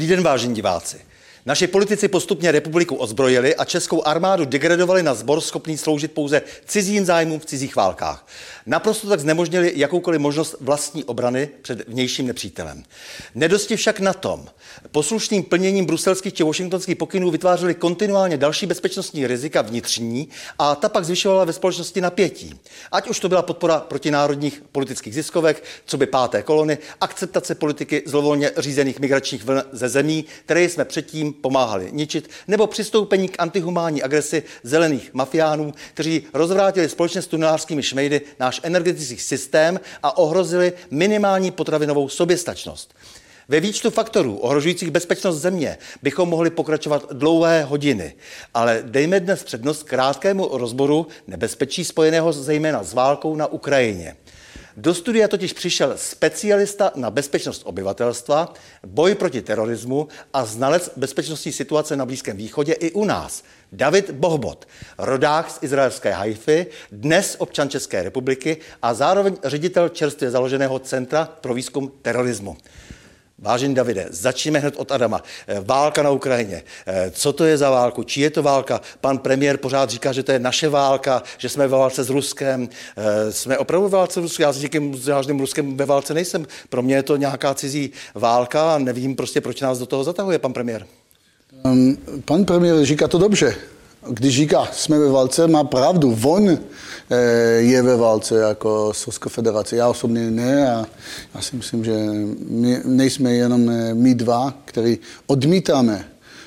Dobrý den, vážení diváci. Naši politici postupně republiku ozbrojili a českou armádu degradovali na sbor schopný sloužit pouze cizím zájmům v cizích válkách. Naprosto tak znemožnili jakoukoliv možnost vlastní obrany před vnějším nepřítelem. Nedosti však na tom. Poslušným plněním bruselských či washingtonských pokynů vytvářeli kontinuálně další bezpečnostní rizika vnitřní a ta pak zvyšovala ve společnosti napětí. Ať už to byla podpora protinárodních politických ziskovek, co by páté kolony, akceptace politiky zlovolně řízených migračních vln ze zemí, které jsme předtím pomáhali ničit, nebo přistoupení k antihumánní agresi zelených mafiánů, kteří rozvrátili společně s tunelářskými šmejdy náš energetický systém a ohrozili minimální potravinovou soběstačnost. Ve výčtu faktorů ohrožujících bezpečnost země bychom mohli pokračovat dlouhé hodiny, ale dejme dnes přednost krátkému rozboru nebezpečí spojeného zejména s válkou na Ukrajině. Do studia totiž přišel specialista na bezpečnost obyvatelstva, boj proti terorismu a znalec bezpečnostní situace na Blízkém východě i u nás. David Bohbot, rodák z izraelské Haify, dnes občan České republiky a zároveň ředitel čerstvě založeného Centra pro výzkum terorismu. Vážený Davide, začneme hned od Adama. Válka na Ukrajině. Co to je za válku? Čí je to válka? Pan premiér pořád říká, že to je naše válka, že jsme ve válce s Ruskem. Jsme opravdu ve válce s Ruskem? Já s někým vážným Ruskem ve válce nejsem. Pro mě je to nějaká cizí válka a nevím prostě, proč nás do toho zatahuje pan premiér. Pan premiér říká to dobře. Když říká, jsme ve válce, má pravdu. On je ve válce jako s Ruskou federací. Já osobně ne a já si myslím, že my nejsme jenom my dva, kteří odmítáme.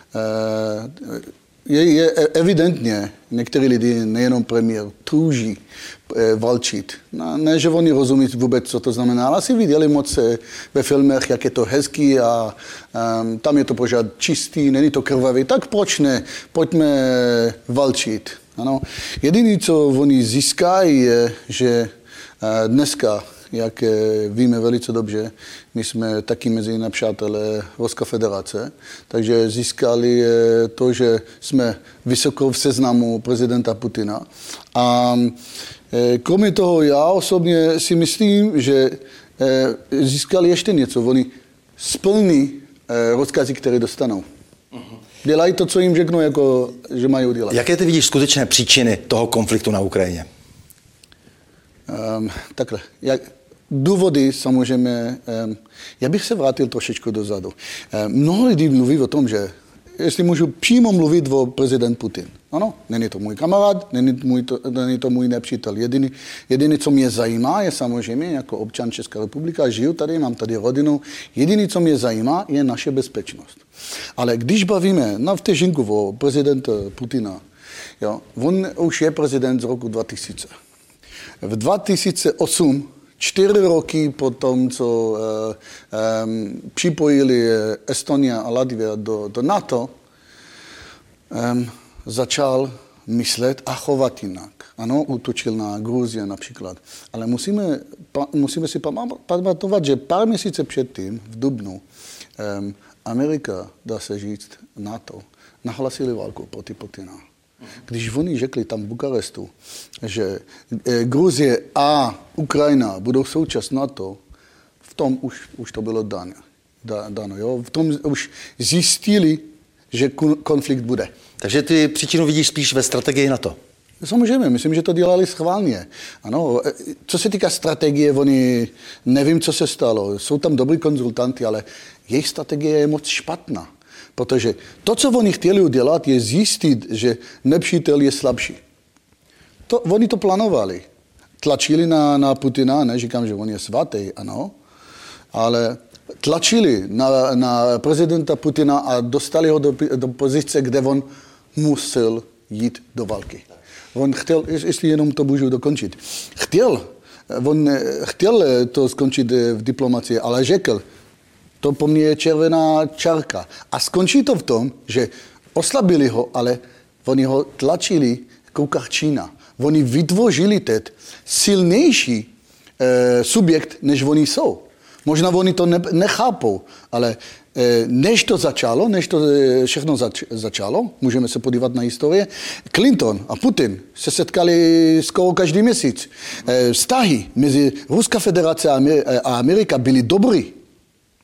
Je evidentně, některý lidi, nejenom premiér, touží válčit. Ne, že oni rozumí vůbec, co to znamená, ale asi viděli moc ve filmech, jak je to hezký a tam je to pořád čistý, není to krvavý, tak proč ne? Pojďme válčit. Ano. Jediné, co oni získají, je, že dneska, jak víme velice dobře, my jsme taky mezi nepřátelé Ruské federace, takže získali to, že jsme vysoko v seznamu prezidenta Putina. A kromě toho já osobně si myslím, že získali ještě něco. Oni splní rozkazy, které dostanou. Dělají to, co jim řeknou, jako, že mají udělat. Jaké ty vidíš skutečné příčiny toho konfliktu na Ukrajině? Takhle. Důvody samozřejmě, já bych se vrátil trošičku dozadu. Mnoho lidí mluví o tom, že jestli můžu přímo mluvit o prezident Putin. Ano, není to můj kamarád, není to můj nepřítel. Jediný, co mě zajímá, je samozřejmě jako občan České republiky, žiju tady, mám tady rodinu. Jediný, co mě zajímá, je naše bezpečnost. Ale když bavíme na vteřinku o prezidenta Putina, jo, on už je prezident z roku 2000. V 2008, 4 roky po tom, co připojili Estonia a Latvia do NATO, začal myslet a chovat jinak. Ano, útočil na Gruzii například. Ale musíme si pamatovat, že pár měsíců předtím, v dubnu, Amerika, dá se říct, NATO, nahlasili válku proti Putina. Když oni řekli tam v Bukarestu, že Gruzie a Ukrajina budou součást NATO, v tom už to bylo dáno. Jo? V tom už zjistili, že konflikt bude. Takže ty příčinu vidíš spíš ve strategii NATO? Samozřejmě, myslím, že to dělali schválně. Ano, co se týká strategie, oni nevím, co se stalo. Jsou tam dobrý konzultanti, ale jejich strategie je moc špatná. Protože to, co oni chtěli udělat, je zjistit, že nepřítel je slabší. Oni to plánovali. Tlačili na Putina, neříkám, že on je svatý, ano, ale tlačili na prezidenta Putina a dostali ho do pozice, kde on musel jít do války. On chtěl, jestli jenom to můžu dokončit, on chtěl to skončit v diplomacii, ale řekl, to po mně je červená čárka. A skončí to v tom, že oslabili ho, ale oni ho tlačili kouká Čína. Oni vytvořili teď silnější subjekt, než oni jsou. Možná oni to nechápou, ale než to všechno začalo, můžeme se podívat na historii, Clinton a Putin se setkali skoro každý měsíc. Vztahy mezi Ruská federace a Amerika byly dobrý.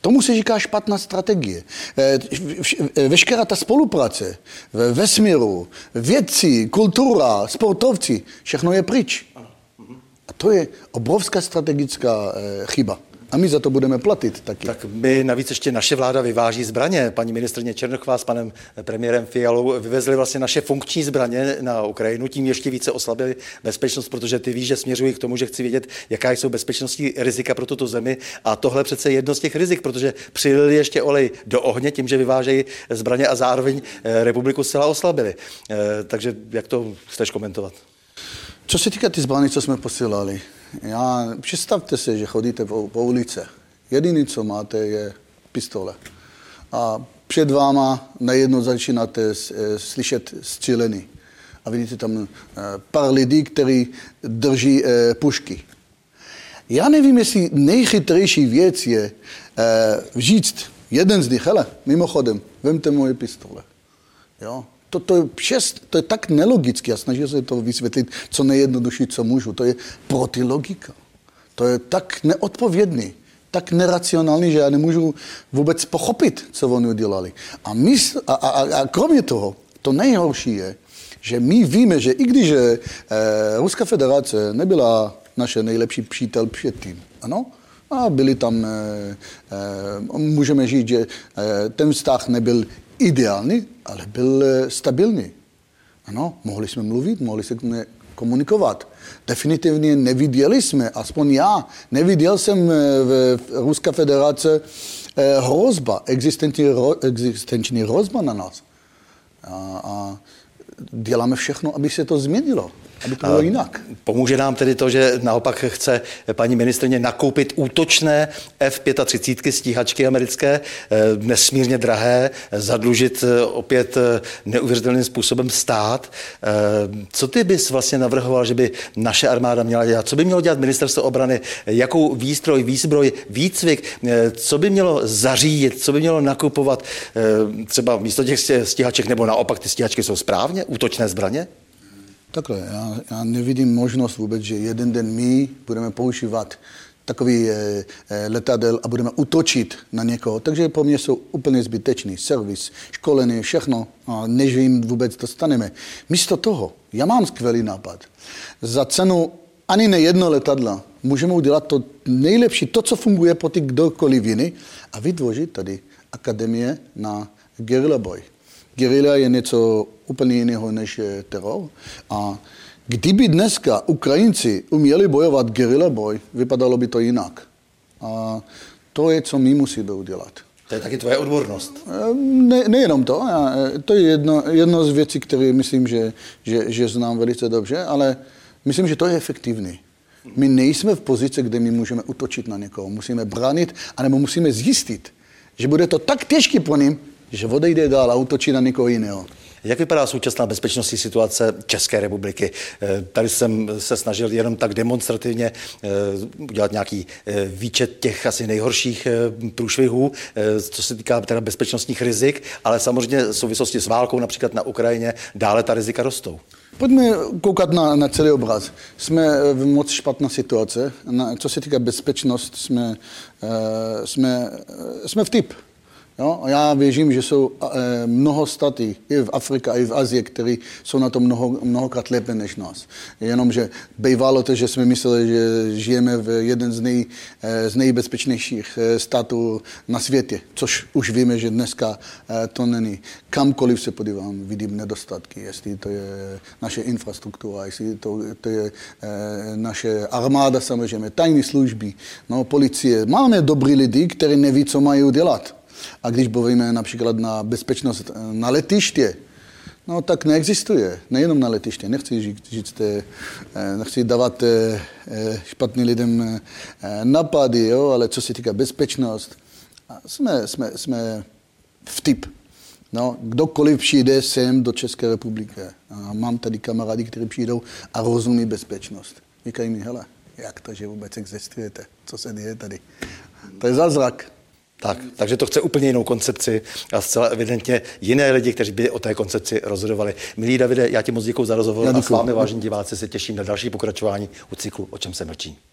Tomu se říká špatná strategie. Veškerá ta spolupráce ve vesmíru, vědci, kultura, sportovci, všechno je pryč. A to je obrovská strategická chyba. A my za to budeme platit taky. Tak my navíc ještě naše vláda vyváží zbraně. Paní ministryně Černochová s panem premiérem Fialou vyvezli vlastně naše funkční zbraně na Ukrajinu, tím ještě více oslabili bezpečnost, protože ty víš, že směřují k tomu, že chci vědět, jaká jsou bezpečnostní rizika pro tuto zemi. A tohle přece je jedno z těch rizik, protože přilili ještě olej do ohně tím, že vyvážejí zbraně a zároveň republiku zcela oslabili. Takže jak to chceš komentovat? Co se týká ty zbraní, co jsme posílali, představte si, že chodíte po ulici. Jediné, co máte, je pistole. A před váma najednou začínáte slyšet střílení. A vidíte tam pár lidí, kteří drží pušky. Já nevím, jestli nejchytřejší věc je říct jeden z nich, hele, mimochodem, vemte moje pistole. Jo? To je tak nelogické a snažím se to vysvětlit, co nejjednodušší, co můžu. To je protilogika. To je tak neodpovědný, tak neracionální, že já nemůžu vůbec pochopit, co oni udělali. A kromě toho, to nejhorší je, že my víme, že i když Ruská federace nebyla naše nejlepší přítel předtím, ano, a byli tam, můžeme říct, že ten vztah nebyl ideální, ale byl stabilní. Ano, mohli jsme mluvit, mohli jsme komunikovat. Definitivně neviděli jsme, aspoň já, neviděl jsem v Ruské federace hrozba, existenční hrozba na nás. A děláme všechno, aby se to změnilo. Aby to bylo jinak. Pomůže nám tedy to, že naopak chce paní ministryně nakoupit útočné F-35 stíhačky americké, nesmírně drahé, zadlužit opět neuvěřitelným způsobem stát. Co ty bys vlastně navrhoval, že by naše armáda měla dělat? Co by mělo dělat ministerstvo obrany? Jakou výstroj, výzbroj, výcvik? Co by mělo zařídit? Co by mělo nakupovat třeba místo těch stíhaček, nebo naopak ty stíhačky jsou správně? Útočné zbraně? Takhle, já nevidím možnost vůbec, že jeden den my budeme používat takový letadel a budeme útočit na někoho. Takže pro mě jsou úplně zbytečný. Servis, školení, všechno, a než jim vůbec dostaneme. Místo toho, já mám skvělý nápad. Za cenu ani nejedno letadla můžeme udělat to nejlepší, to, co funguje pro ty kdokoliv jiný, a vytvořit tady akademie na guerilla boj. Guerilla je něco úplně jiného než teror. A kdyby dneska Ukrajinci uměli bojovat guerilla boj, vypadalo by to jinak. A to je, co my musíme udělat. To je taky tvoje odbornost. Nejenom to. To je jedno z věcí, které myslím, že znám velice dobře, ale myslím, že to je efektivní. My nejsme v pozici, kde my můžeme útočit na někoho. Musíme bránit, anebo musíme zjistit, že bude to tak těžké pro ním, že odejde dál a útočí na někoho jiného. Jak vypadá současná bezpečnostní situace České republiky? Tady jsem se snažil jenom tak demonstrativně udělat nějaký výčet těch asi nejhorších průšvihů, co se týká teda bezpečnostních rizik, ale samozřejmě v souvislosti s válkou například na Ukrajině dále ta rizika rostou. Pojďme koukat na celý obraz. Jsme v moc špatná situace. Co se týká bezpečnost, jsme v typ. Jo? Já věřím, že jsou mnoho států, i v Africe, i v Asii, které jsou na tom mnohokrát lépe než nás. Jenomže bývalo to, že jsme mysleli, že žijeme v jeden z nejbezpečnějších států na světě, což už víme, že dneska to není. Kamkoliv se podívám, vidím nedostatky, jestli to je naše infrastruktura, jestli to je naše armáda samozřejmě, tajné služby, no, policie. Máme dobrý lidi, kteří neví, co mají dělat. A když bavíme například na bezpečnost na letiště, no tak neexistuje. Nejenom na letiště. Nechci nechci dávat špatným lidem napady, jo, ale co se týká bezpečnost, jsme v typ. No, kdokoliv přijde sem do České republiky. A mám tady kamarády, kteří přijdou a rozumí bezpečnost. Říkají mi, hele, jak to, že vůbec existujete? Co se děje tady? To je zázrak. Takže to chce úplně jinou koncepci a zcela evidentně jiné lidi, kteří by o té koncepci rozhodovali. Milý Davide, já ti moc děkuju za rozhovor a s vámi, vážení diváci, se těším na další pokračování u cyklu O čem se mlčí.